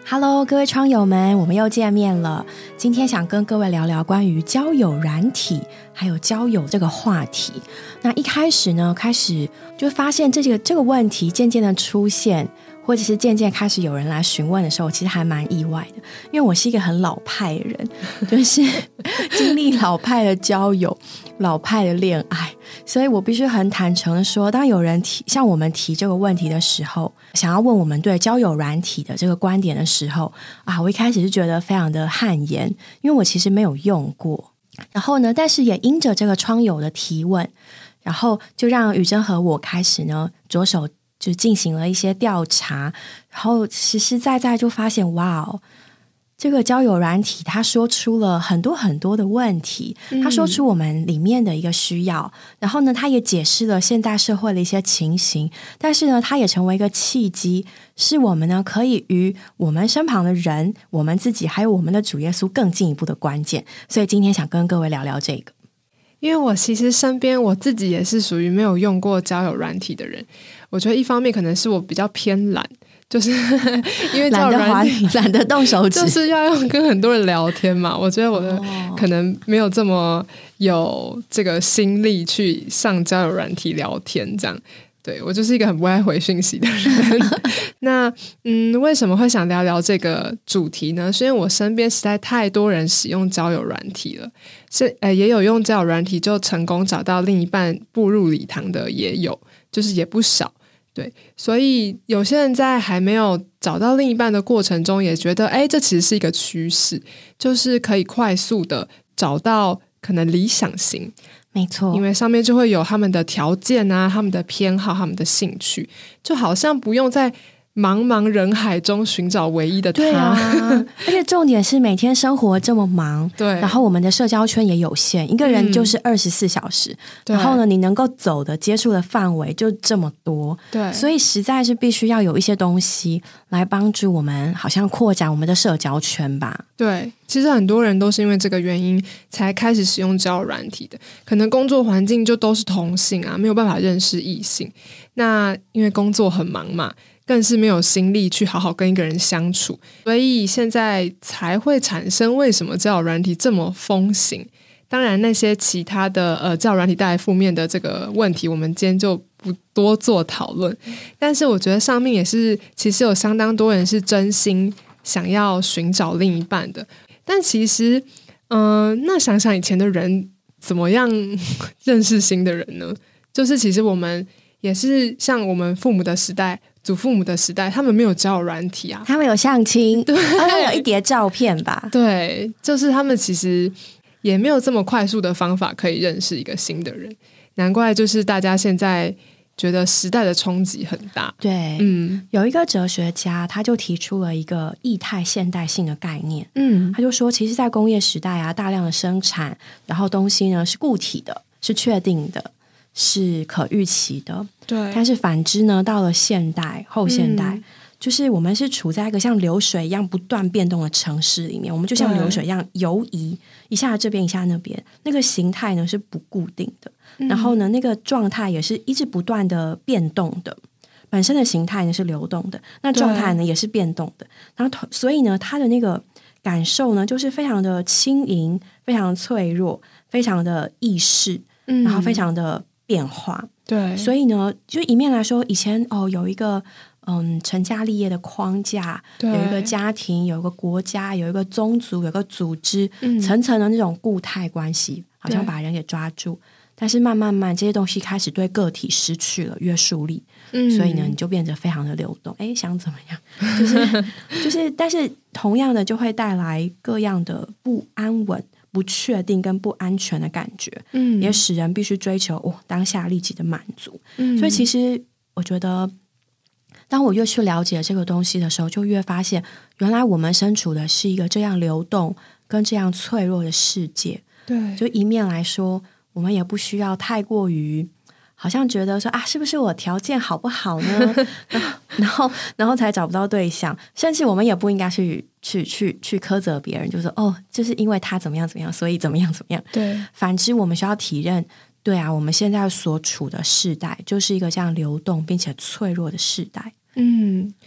Hello， 各位窗友们，我们又见面了。今天想跟各位聊聊关于交友软体还有交友这个话题。那一开始就发现这个问题渐渐的出现，或者是渐渐开始有人来询问的时候，其实还蛮意外的，因为我是一个很老派的人，就是经历老派的交友、老派的恋爱，所以我必须很坦诚的说，当有人向我们提这个问题的时候，想要问我们对交友软体的这个观点的时候我一开始是觉得非常的汗颜，因为我其实没有用过。然后呢，但是也因着这个窗友的提问，然后就让宇珍和我开始呢着手就进行了一些调查，然后实实在在就发现，哇哦，这个交友软体它说出了很多很多的问题，它说出我们里面的一个需要，然后呢它也解释了现代社会的一些情形，但是呢它也成为一个契机，是我们呢可以与我们身旁的人、我们自己还有我们的主耶稣更进一步的关键。所以今天想跟各位聊聊这个。 因为我其实身边我自己也是属于没有用过交友软体的人，我觉得一方面可能是我比较偏懒，就是因为交友软体懒得动手指， 就是要跟很多人聊天嘛，我觉得我的可能没有这么有这个心力去上交友软体聊天这样。对，我就是一个很不爱回讯息的人那为什么会想聊聊这个主题呢？是因为我身边实在太多人使用交友软体了，也有用交友软体就成功找到另一半步入礼堂的也有，就是也不少。对，所以有些人在还没有找到另一半的过程中也觉得这其实是一个趋势，就是可以快速的找到可能理想型。 没错， 因为上面就会有他们的条件啊，他们的偏好，他们的兴趣，就好像不用在茫茫人海中寻找唯一的他。 对啊，而且重点是每天生活这么忙， 对， 然后我们的社交圈也有限，一个人就是24小时，然后呢你能够走的接触的范围就这么多， 对， 所以实在是必须要有一些东西来帮助我们好像扩展我们的社交圈吧。 对，其实很多人都是因为这个原因才开始使用交友软体的，可能工作环境就都是同性啊，没有办法认识异性，那因为工作很忙嘛，更是没有心力去好好跟一个人相处，所以现在才会产生为什么交友软体这么风行。当然那些其他的交友软体带来负面的这个问题，我们今天就不多做讨论，但是我觉得上面也是其实有相当多人是真心想要寻找另一半的。但其实那想想以前的人怎么样认识新的人呢？就是其实我们也是像我们父母的时代、祖父母的时代，他们没有交友软体啊， 他们有相亲，他们有一叠照片吧。 对，就是他们其实也没有这么快速的方法可以认识一个新的人，难怪就是大家现在觉得时代的冲击很大。 对，有一个哲学家他就提出了一个液态现代性的概念，他就说其实在工业时代啊，大量的生产，然后东西呢是固体的，是确定的，是可预期的。 对， 但是反之呢，到了现代、后现代，就是我们是处在一个像流水一样不断变动的城市里面，我们就像流水一样游移，一下这边一下那边，那个形态呢是不固定的，然后呢那个状态也是一直不断的变动的，本身的形态呢是流动的，那状态呢也是变动的，然后所以呢它的那个感受呢就是非常的轻盈，非常脆弱，非常的易逝，然后非常的变化。 对， 所以呢就一面来说，以前有一个成家立业的框架，有一个家庭，有一个国家，有一个宗族，有一个组织，层层的那种固态关系好像把人给抓住，但是慢慢这些东西开始对个体失去了约束力，所以呢你就变得非常的流动，想怎么样就是但是同样的就会带来各样的不安稳、不确定跟不安全的感觉，也使人必须追求当下立即的满足，所以其实我觉得当我越去了解这个东西的时候，就越发现原来我们身处的是一个这样流动跟这样脆弱的世界。 对， 就一面来说我们也不需要太过于好像觉得说是不是我条件好不好呢然后才找不到对象，甚至我们也不应该去苛责别人，就说就是因为他怎么样怎么样所以怎么样怎么样。 对， 反之我们需要体认，对啊，我们现在所处的世代就是一个这样流动并且脆弱的世代。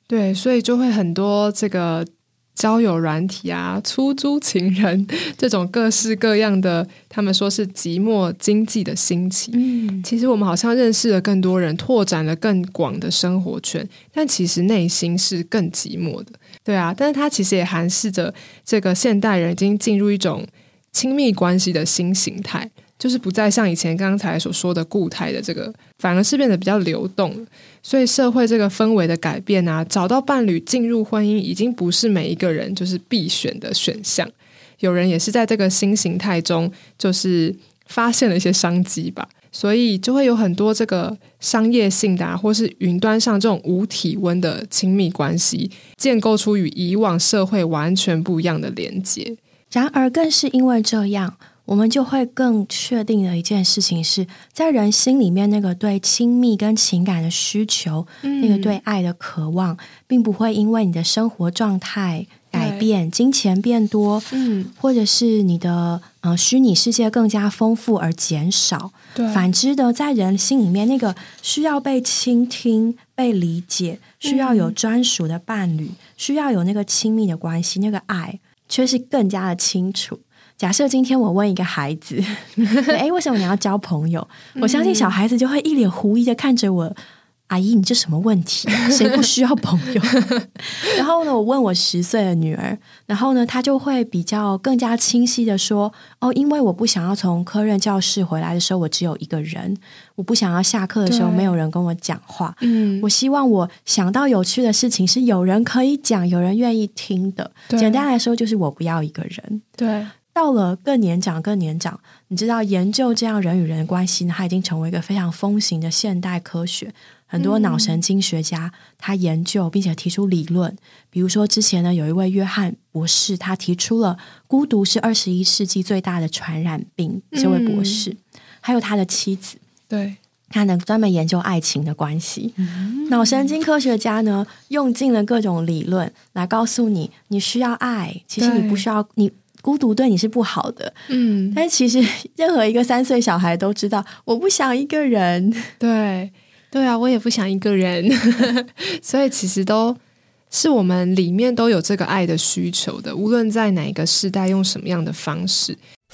对，所以就会很多这个交友软体啊、出租情人这种各式各样的，他们说是寂寞经济的兴起。其实我们好像认识了更多人，拓展了更广的生活圈，但其实内心是更寂寞的。对啊，但是它其实也涵饰着这个现代人已经进入一种亲密关系的新形态，就是不再像以前刚才所说的固态的这个，反而是变得比较流动了。所以社会这个氛围的改变啊，找到伴侣进入婚姻已经不是每一个人就是必选的选项，有人也是在这个新形态中就是发现了一些商机吧，所以就会有很多这个商业性的或是云端上这种无体温的亲密关系，建构出与以往社会完全不一样的连结。 然而更是因为这样，我们就会更确定的一件事情是，在人心里面那个对亲密跟情感的需求，那个对爱的渴望，并不会因为你的生活状态改变，金钱变多，或者是你的虚拟世界更加丰富而减少。反之的，在人心里面那个需要被倾听、被理解，需要有专属的伴侣，需要有那个亲密的关系，那个爱却是更加的清楚。假设今天我问一个孩子为什么你要交朋友，我相信小孩子就会一脸狐疑的看着我，阿姨你这什么问题，谁不需要朋友然后呢，我问我10岁的女儿，然后呢她就会比较更加清晰的说，因为我不想要从科任教室回来的时候我只有一个人，我不想要下课的时候没有人跟我讲话，我希望我想到有趣的事情是有人可以讲，有人愿意听的，简单来说就是我不要一个人。 对， 到了更年长，你知道研究这样人与人的关系呢，它已经成为一个非常风行的现代科学。很多脑神经学家他研究并且提出理论，比如说之前呢有一位约翰博士，他提出了孤独是21世纪最大的传染病，这位博士还有他的妻子， 对， 他能专门研究爱情的关系。脑神经科学家呢用尽了各种理论来告诉你，你需要爱，其实你不需要，你孤独对你是不好的。但是其实任何一个3岁小孩都知道，我不想一个人。 对啊，我也不想一个人所以其实都是我们里面都有这个爱的需求的，无论在哪一个世代用什么样的方式。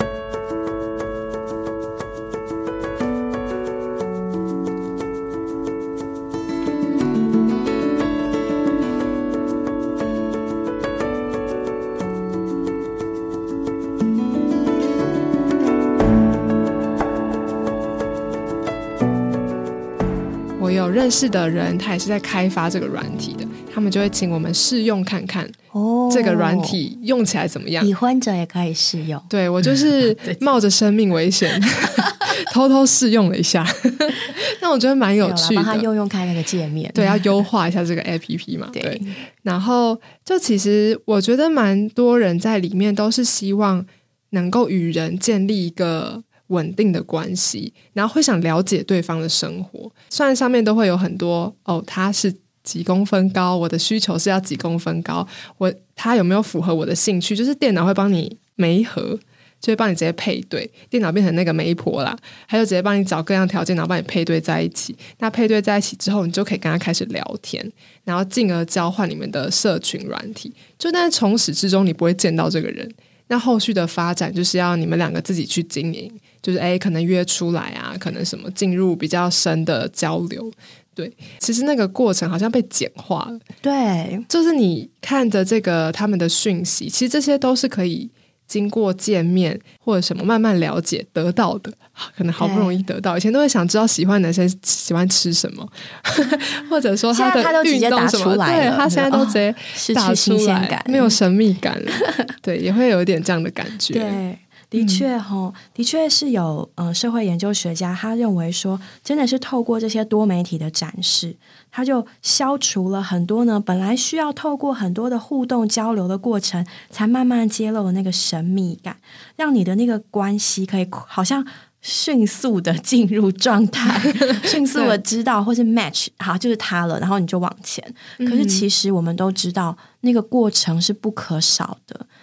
我有认识的人，他也是在开发这个软体的，他们就会请我们试用看看这个软体用起来怎么样。 已婚者也可以试用。 对，我就是冒着生命危险偷偷试用了一下但我觉得蛮有趣的， 帮他用看那个界面。 对，要优化一下这个 APP 嘛。 对， 然后就其实我觉得蛮多人在里面都是希望能够与人建立一个稳定的关系，然后会想了解对方的生活。虽然上面都会有很多他是几公分高，我的需求是要几公分高，他有没有符合我的兴趣，就是电脑会帮你媒合，就会帮你直接配对，电脑变成那个媒婆啦，还有直接帮你找各样条件，然后帮你配对在一起。那配对在一起之后，你就可以跟他开始聊天，然后进而交换你们的社群软体。就但是从始至终你不会见到这个人，那后续的发展就是要你们两个自己去经营，就是可能约出来啊，可能什么进入比较深的交流。对，其实那个过程好像被简化了。 对， 就是你看着这个他们的讯息，其实这些都是可以经过见面或者什么慢慢了解得到的，可能好不容易得到。以前都会想知道喜欢男生喜欢吃什么或者说他的运动什么，对，他现在都直接打出来，没有神秘感了对，也会有一点这样的感觉。 对，的确是有社会研究学家他认为说，真的是透过这些多媒体的展示，他就消除了很多呢本来需要透过很多的互动交流的过程才慢慢揭露的那个神秘感，让你的那个关系可以好像迅速的进入状态迅速的知道或是 match 好就是他了，然后你就往前。可是其实我们都知道那个过程是不可少的，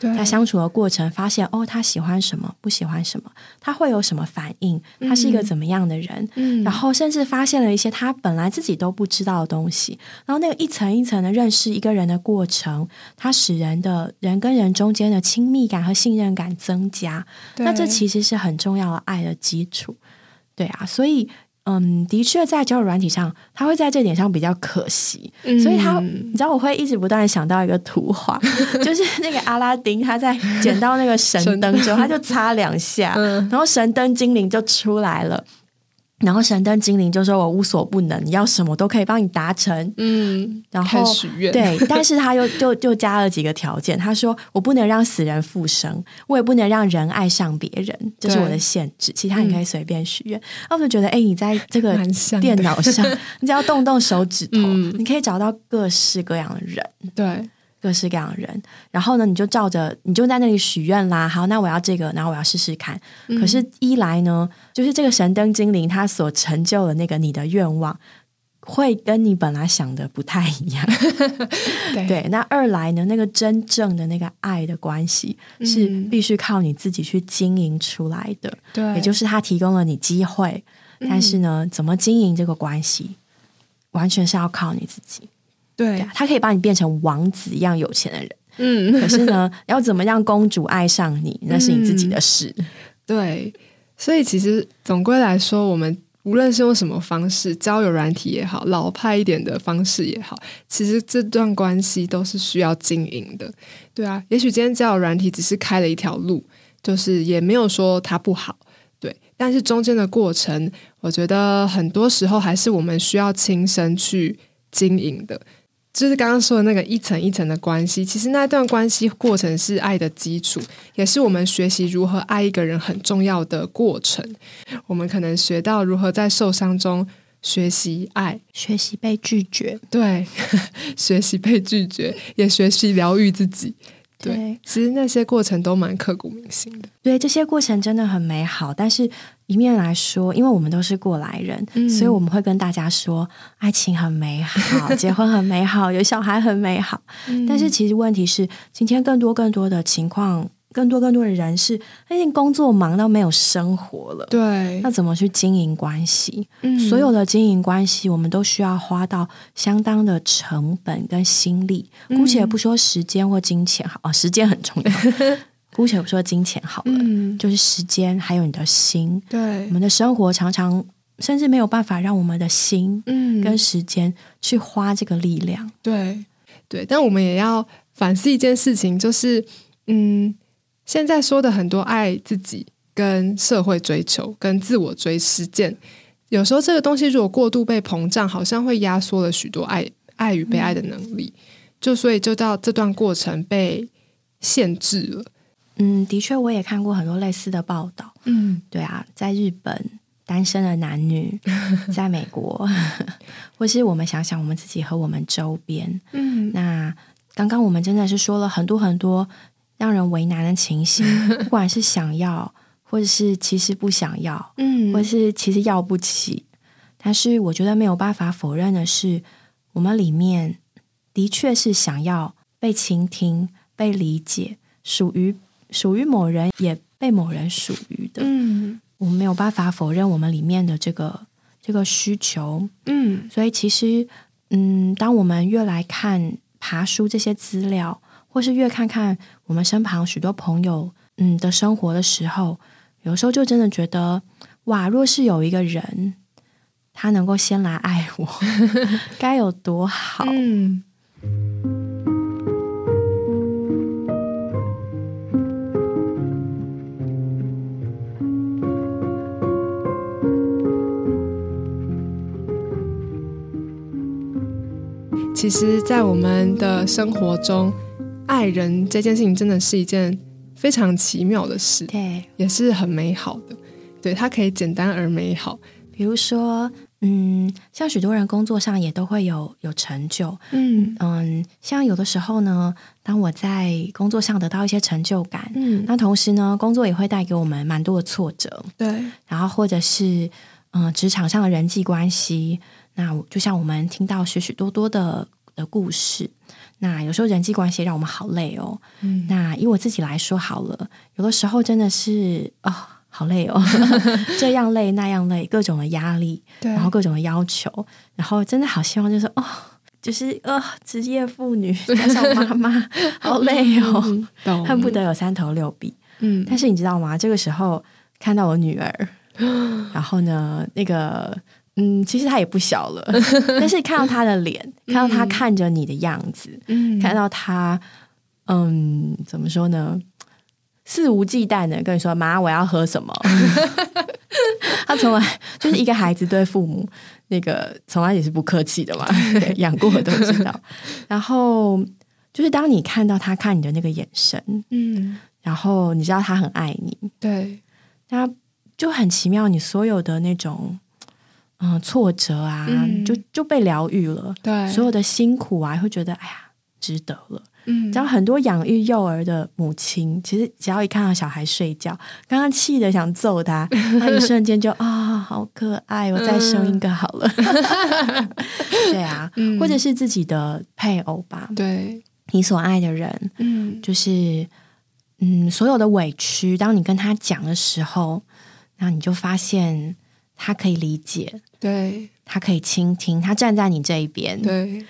在相处的过程发现他喜欢什么不喜欢什么，他会有什么反应，他是一个怎么样的人，然后甚至发现了一些他本来自己都不知道的东西，然后那个一层一层的认识一个人的过程，它使人跟人中间的亲密感和信任感增加，那这其实是很重要的爱的基础。对啊，所以的确在交友软体上他会在这点上比较可惜，所以你知道我会一直不断的想到一个图画就是那个阿拉丁他在捡到那个神灯之后他就擦2下然后神灯精灵就出来了，然后神灯精灵就说我无所不能，你要什么都可以帮你达成，然后许愿， 对，但是他就加了几个条件，他说我不能让死人复生，我也不能让人爱上别人，这是我的限制，其他你可以随便许愿。我就觉得你在这个电脑上你只要动动手指头你可以找到各式各样的人， 对， 各式各样的人，然后呢你就在那里许愿啦，好，那我要这个，然后我要试试看，可是一来呢就是这个神灯精灵他所成就的那个你的愿望会跟你本来想的不太一样对，那二来呢那个真正的那个爱的关系是必须靠你自己去经营出来的，对，也就是他提供了你机会，但是呢怎么经营这个关系完全是要靠你自己，对，他可以把你变成王子一样有钱的人，可是呢要怎么让公主爱上你那是你自己的事， 对，所以其实总归来说我们无论是用什么方式，交友软体也好，老派一点的方式也好，其实这段关系都是需要经营的。对啊，也许今天交友软体只是开了一条路，就是也没有说它不好，对，但是中间的过程我觉得很多时候还是我们需要亲身去经营的，就是刚刚说的那个一层一层的关系，其实那段关系过程是爱的基础，也是我们学习如何爱一个人很重要的过程。我们可能学到如何在受伤中学习爱， 学习被拒绝， 对学习被拒绝，也学习疗愈自己，对，其实那些过程都蛮刻骨铭心的。 对，这些过程真的很美好，但是一面来说，因为我们都是过来人，所以我们会跟大家说爱情很美好结婚很美好有小孩很美好，但是其实问题是今天更多的情况，更多的人是他已经工作忙到没有生活了， 对， 那怎么去经营关系，所有的经营关系我们都需要花到相当的成本跟心力，姑且不说时间或金钱好，时间很重要姑且不说金钱好了，就是时间还有你的心，对，我们的生活常常甚至没有办法让我们的心跟时间去花这个力量，对， 但我们也要反思一件事情，就是现在说的很多爱自己跟社会追求跟自我实践，有时候这个东西如果过度被膨胀，好像会压缩了许多爱与被爱的能力，所以就到这段过程被限制了。 的确我也看过很多类似的报道，对啊，在日本单身的男女在美国或是我们想想我们自己和我们周边，那刚刚我们真的是说了很多很多让人为难的情形不管是想要或者是其实不想要，或者是其实要不起，但是我觉得没有办法否认的是我们里面的确是想要被倾听被理解，属于某人也被某人属于的，我们没有办法否认我们里面的这个需求，所以其实当我们越来看爬书这些资料，或是越看看我们身旁许多朋友的生活的时候，有时候就真的觉得哇，若是有一个人他能够先来爱我该有多好。 其实在我们的生活中，爱人这件事情真的是一件非常奇妙的事， 对， 也是很美好的，对，它可以简单而美好。 比如说像许多人工作上也都会有成就，像有的时候呢，当我在工作上得到一些成就感，那同时呢，工作也会带给我们蛮多的挫折，对，然后或者是职场上的人际关系，那就像我们听到许多的的故事。那有时候人际关系让我们好累哦。那以我自己来说好了，有的时候真的是好累哦，这样累那样累，各种的压力，然后各种的要求，然后真的好希望就是职业妇女加上妈妈好累哦，恨不得有3头6臂。但是你知道吗？这个时候看到我女儿，然后呢，那个其实她也不小了，但是看到她的脸，看到她看着你的样子，看到她怎么说呢？肆无忌惮的跟你说妈我要喝什么他从来就是一个孩子对父母那个从来也是不客气的嘛，对，养过的都知道。然后就是当你看到他看你的那个眼神，然后你知道他很爱你， 对， 那就很奇妙，你所有的那种挫折啊，就被疗愈了，对，所有的辛苦啊会觉得哎呀值得了。然后很多养育幼儿的母亲，其实只要一看到小孩睡觉，刚刚气得想揍他，他一瞬间就好可爱，我再生一个好了。对啊，或者是自己的配偶吧， 对， 你所爱的人，就是所有的委屈，当你跟他讲的时候，那你就发现他可以理解， 对， 他可以倾听，他站在你这一边， 对。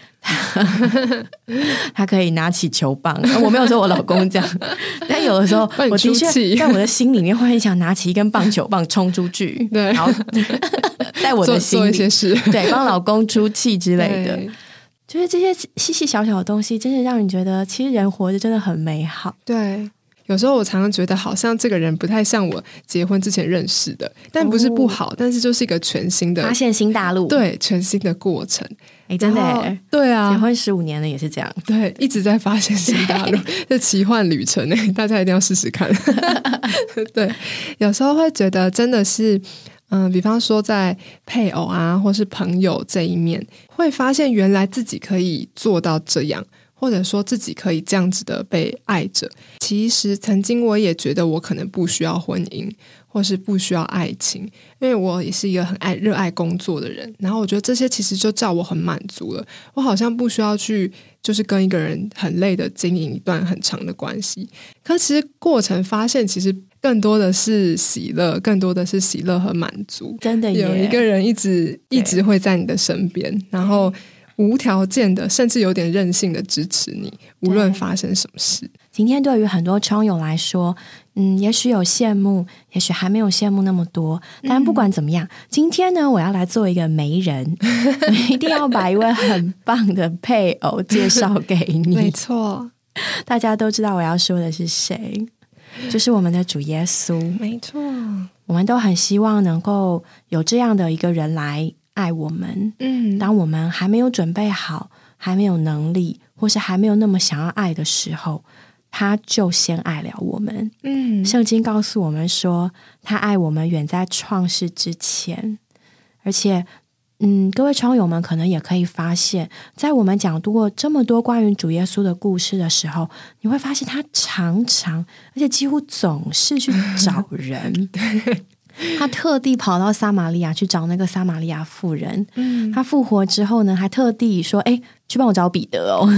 他可以拿起球棒，我没有说我老公这样，但有的时候我的确在我的心里面会很想拿起一根棒球棒冲出去，对，然后在我的心里做一些事， 对，帮老公出气之类的，就是这些细细小小的东西，真的让你觉得其实人活着真的很美好。 对，有时候我常常觉得好像这个人不太像我结婚之前认识的，但不是不好，但是就是一个全新的发现新大陆， 对，全新的过程。 真的对啊， 结婚15年了也是这样， 对，一直在发现新大陆，这奇幻旅程大家一定要试试看。对，有时候会觉得真的是比方说在配偶啊或是朋友这一面，会发现原来自己可以做到这样，或者说自己可以这样子的被爱着。其实曾经我也觉得我可能不需要婚姻或是不需要爱情，因为我也是一个很热爱工作的人，然后我觉得这些其实就叫我很满足了，我好像不需要去就是跟一个人很累的经营一段很长的关系。可其实过程发现其实更多的是喜乐，更多的是喜乐和满足， 真的耶， 有一个人一直会在你的身边，然后无条件的甚至有点任性的支持你，无论发生什么事。 今天对于很多窗友来说也许有羡慕，也许还没有羡慕那么多，但不管怎么样今天呢我要来做一个媒人一定要把一位很棒的配偶介绍给你。 没错， 大家都知道我要说的是谁，就是我们的主耶稣。 没错， 我们都很希望能够有这样的一个人来爱我们。当我们还没有准备好，还没有能力，或是还没有那么想要爱的时候，他就先爱了我们。圣经告诉我们说他爱我们远在创世之前。而且各位窗友们可能也可以发现，在我们讲过这么多关于主耶稣的故事的时候，你会发现他常常而且几乎总是去找人他特地跑到撒玛利亚去找那个撒玛利亚妇人。他复活之后呢，还特地说去帮我找彼得哦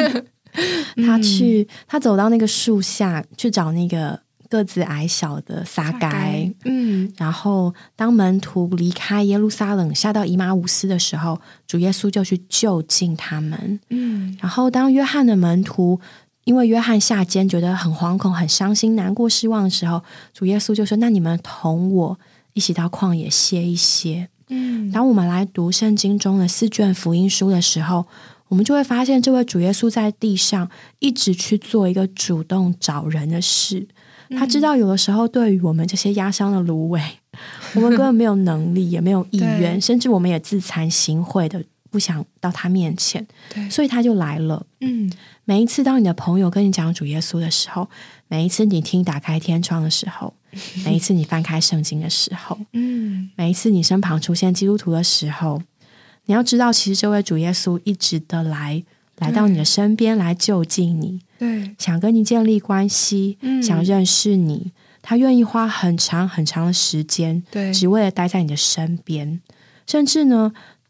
他走到那个树下去找那个个子矮小的撒该。然后当门徒离开耶路撒冷下到以马忤斯的时候，主耶稣就去就近他们。然后当约翰的门徒因为约翰下监觉得很惶恐很伤心难过失望的时候，主耶稣就说那你们同我一起到旷野歇一歇。当我们来读圣经中的4卷福音书的时候，我们就会发现这位主耶稣在地上一直去做一个主动找人的事。他知道有的时候对于我们这些压伤的芦苇我们根本没有能力也没有意愿，甚至我们也自惭形秽的不想到他面前，所以他就来了。每一次当你的朋友跟你讲主耶稣的时候，每一次你听打开天窗的时候，每一次你翻开圣经的时候，每一次你身旁出现基督徒的时候，你要知道其实这位主耶稣一直的来到你的身边来就近你，对，想跟你建立关系，想认识你，他愿意花很长很长的时间，对，只为了待在你的身边。甚至呢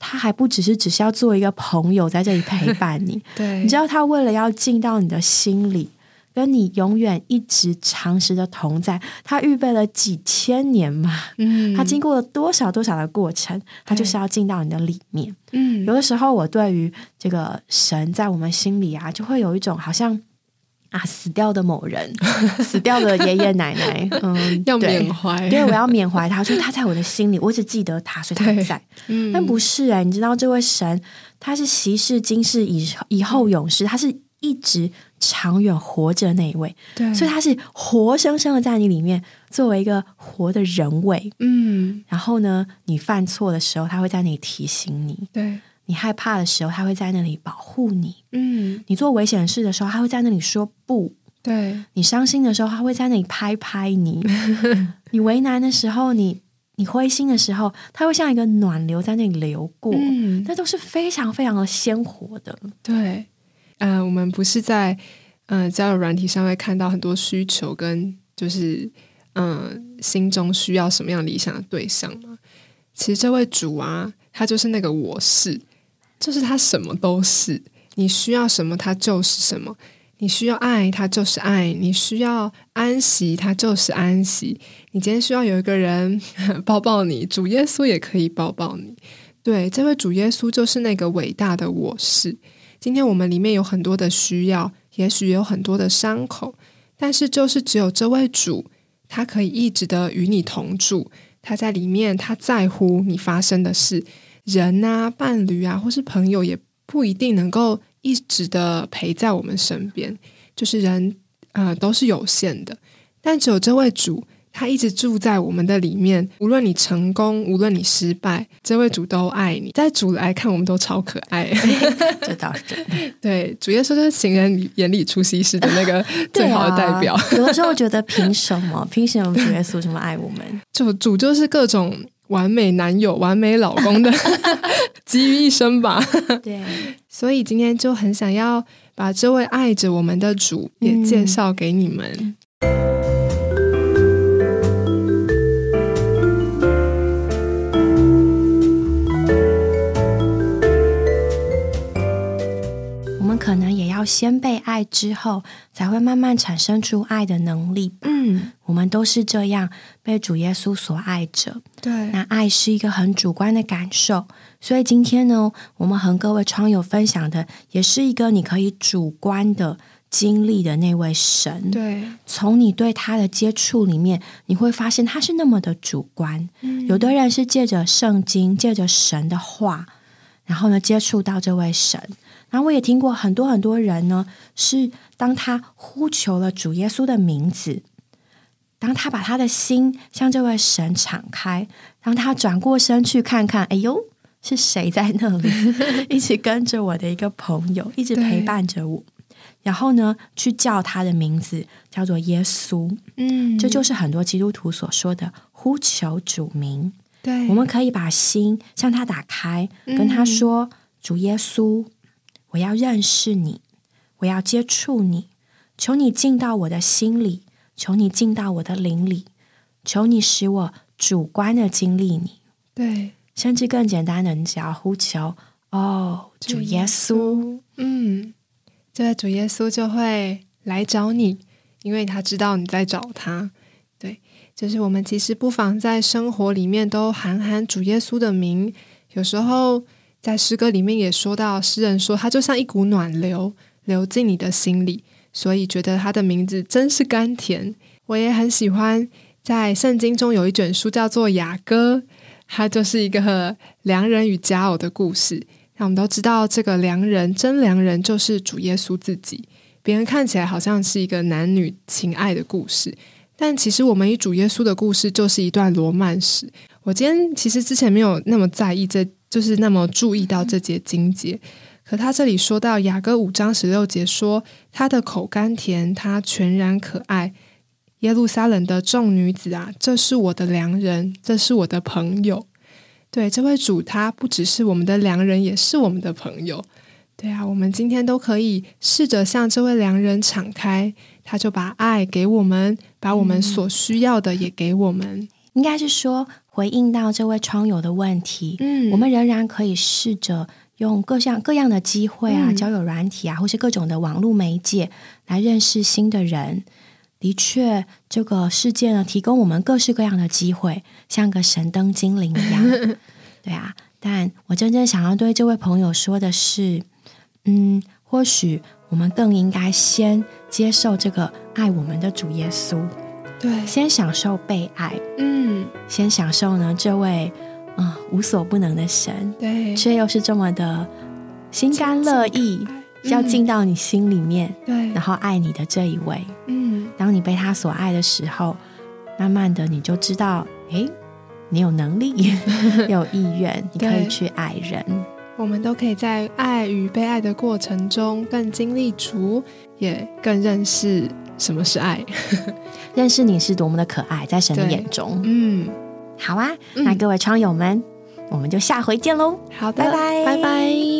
他还不只是要做一个朋友在这里陪伴你对， 你知道他为了要进到你的心里，跟你永远一直长时的同在，他预备了几千年嘛，他经过了多少的过程，他就是要进到你的里面。有的时候我对于这个神在我们心里啊，就会有一种好像死掉的某人死掉的爷爷奶奶要缅怀， 对，我要缅怀他，所以他在我的心里，我只记得他，所以他在。但不是你知道这位神他是昔世今世以后永世，他是一直长远活着的那一位， 对， 所以他是活生生的在你里面作为一个活的人位。然后呢，你犯错的时候他会在那里提醒你， 对， 你害怕的时候他会在那里保护你，你做危险事的时候他会在那里说不， 对， 你伤心的时候他会在那里拍拍你你为难的时候，你灰心的时候他会像一个暖流在那里流过，那都是非常非常的鲜活的。 对，我们不是在交友软体上会看到很多需求跟就是心中需要什么样理想的对象吗？其实这位主啊，他就是那个我是，就是他什么都是，你需要什么他就是什么，你需要爱他就是爱，你需要安息他就是安息，你今天需要有一个人抱抱你，主耶稣也可以抱抱你。对，这位主耶稣就是那个伟大的我是。今天我们里面有很多的需要，也许有很多的伤口，但是就是只有这位主，他可以一直的与你同住，他在里面，他在乎你发生的事。人啊，伴侣啊，或是朋友也不一定能够一直的陪在我们身边，就是人都是有限的，但只有这位主，他一直住在我们的里面，无论你成功，无论你失败，这位主都爱你。在主来看，我们都超可爱这倒是真的。 对，主耶稣就是情人眼里出西施的那个最好的代表。 有的时候觉得凭什么主耶稣这么爱我们？ 主就是各种完美男友、完美老公的集于一身吧。 对， 所以今天就很想要把这位爱着我们的主也介绍给你们。 可能也要先被爱之后，才会慢慢产生出爱的能力。我们都是这样被主耶稣所爱着。 对， 那爱是一个很主观的感受，所以今天呢，我们和各位窗友分享的，也是一个你可以主观的经历的那位神。 对， 从你对他的接触里面，你会发现他是那么的主观。有的人是借着圣经，借着神的话，然后呢接触到这位神。然后我也听过很多人呢，是当他呼求了主耶稣的名字，当他把他的心向这位神敞开，当他转过身去看看，哎呦，是谁在那里一直跟着我的一个朋友，一直陪伴着我，然后呢去叫他的名字叫做耶稣。这就是很多基督徒所说的呼求主名。 对， 我们可以把心向他打开，跟他说，主耶稣，我要认识你，我要接触你，求你进到我的心里，求你进到我的灵里，求你使我主观的经历你。 对， 甚至更简单的，你只要呼求主耶稣， 这位主耶稣就会来找你，因为他知道你在找他。对，就是我们其实不妨在生活里面都喊主耶稣的名。有时候在诗歌里面也说到，诗人说他就像一股暖流流进你的心里，所以觉得他的名字真是甘甜。我也很喜欢在圣经中有一卷书叫做雅歌，它就是一个良人与佳偶的故事。那我们都知道这个良人，真良人就是主耶稣自己，别人看起来好像是一个男女情爱的故事，但其实我们与主耶稣的故事就是一段罗曼史。我今天其实之前没有那么在意，就是那么注意到这节经节，可他这里说到雅歌5章16节说，他的口甘甜，他全然可爱，耶路撒冷的众女子啊，这是我的良人，这是我的朋友。对，这位主他不只是我们的良人，也是我们的朋友。对啊，我们今天都可以试着向这位良人敞开，他就把爱给我们，把我们所需要的也给我们。 应该是说回应到这位窗友的问题，我们仍然可以试着用各样的机会啊，交友软体啊，或是各种的网络媒介来认识新的人。的确，这个世界呢，提供我们各式各样的机会，像个神灯精灵一样。对啊，但我真正想要对这位朋友说的是，或许我们更应该先接受这个爱我们的主耶稣， 对， 先享受被爱，先享受呢这位无所不能的神， 对， 却又是这么的心甘乐意，要进到你心里面， 对， 然后爱你的这一位。当你被他所爱的时候，慢慢的你就知道，你有能力有意愿，你可以去爱人。 我们都可以在爱与被爱的过程中更经历主，也更认识什么是爱认识你是多么的可爱，在神的眼中。好啊，那各位窗友们，我们就下回见喽。 好的， 拜拜， 拜拜。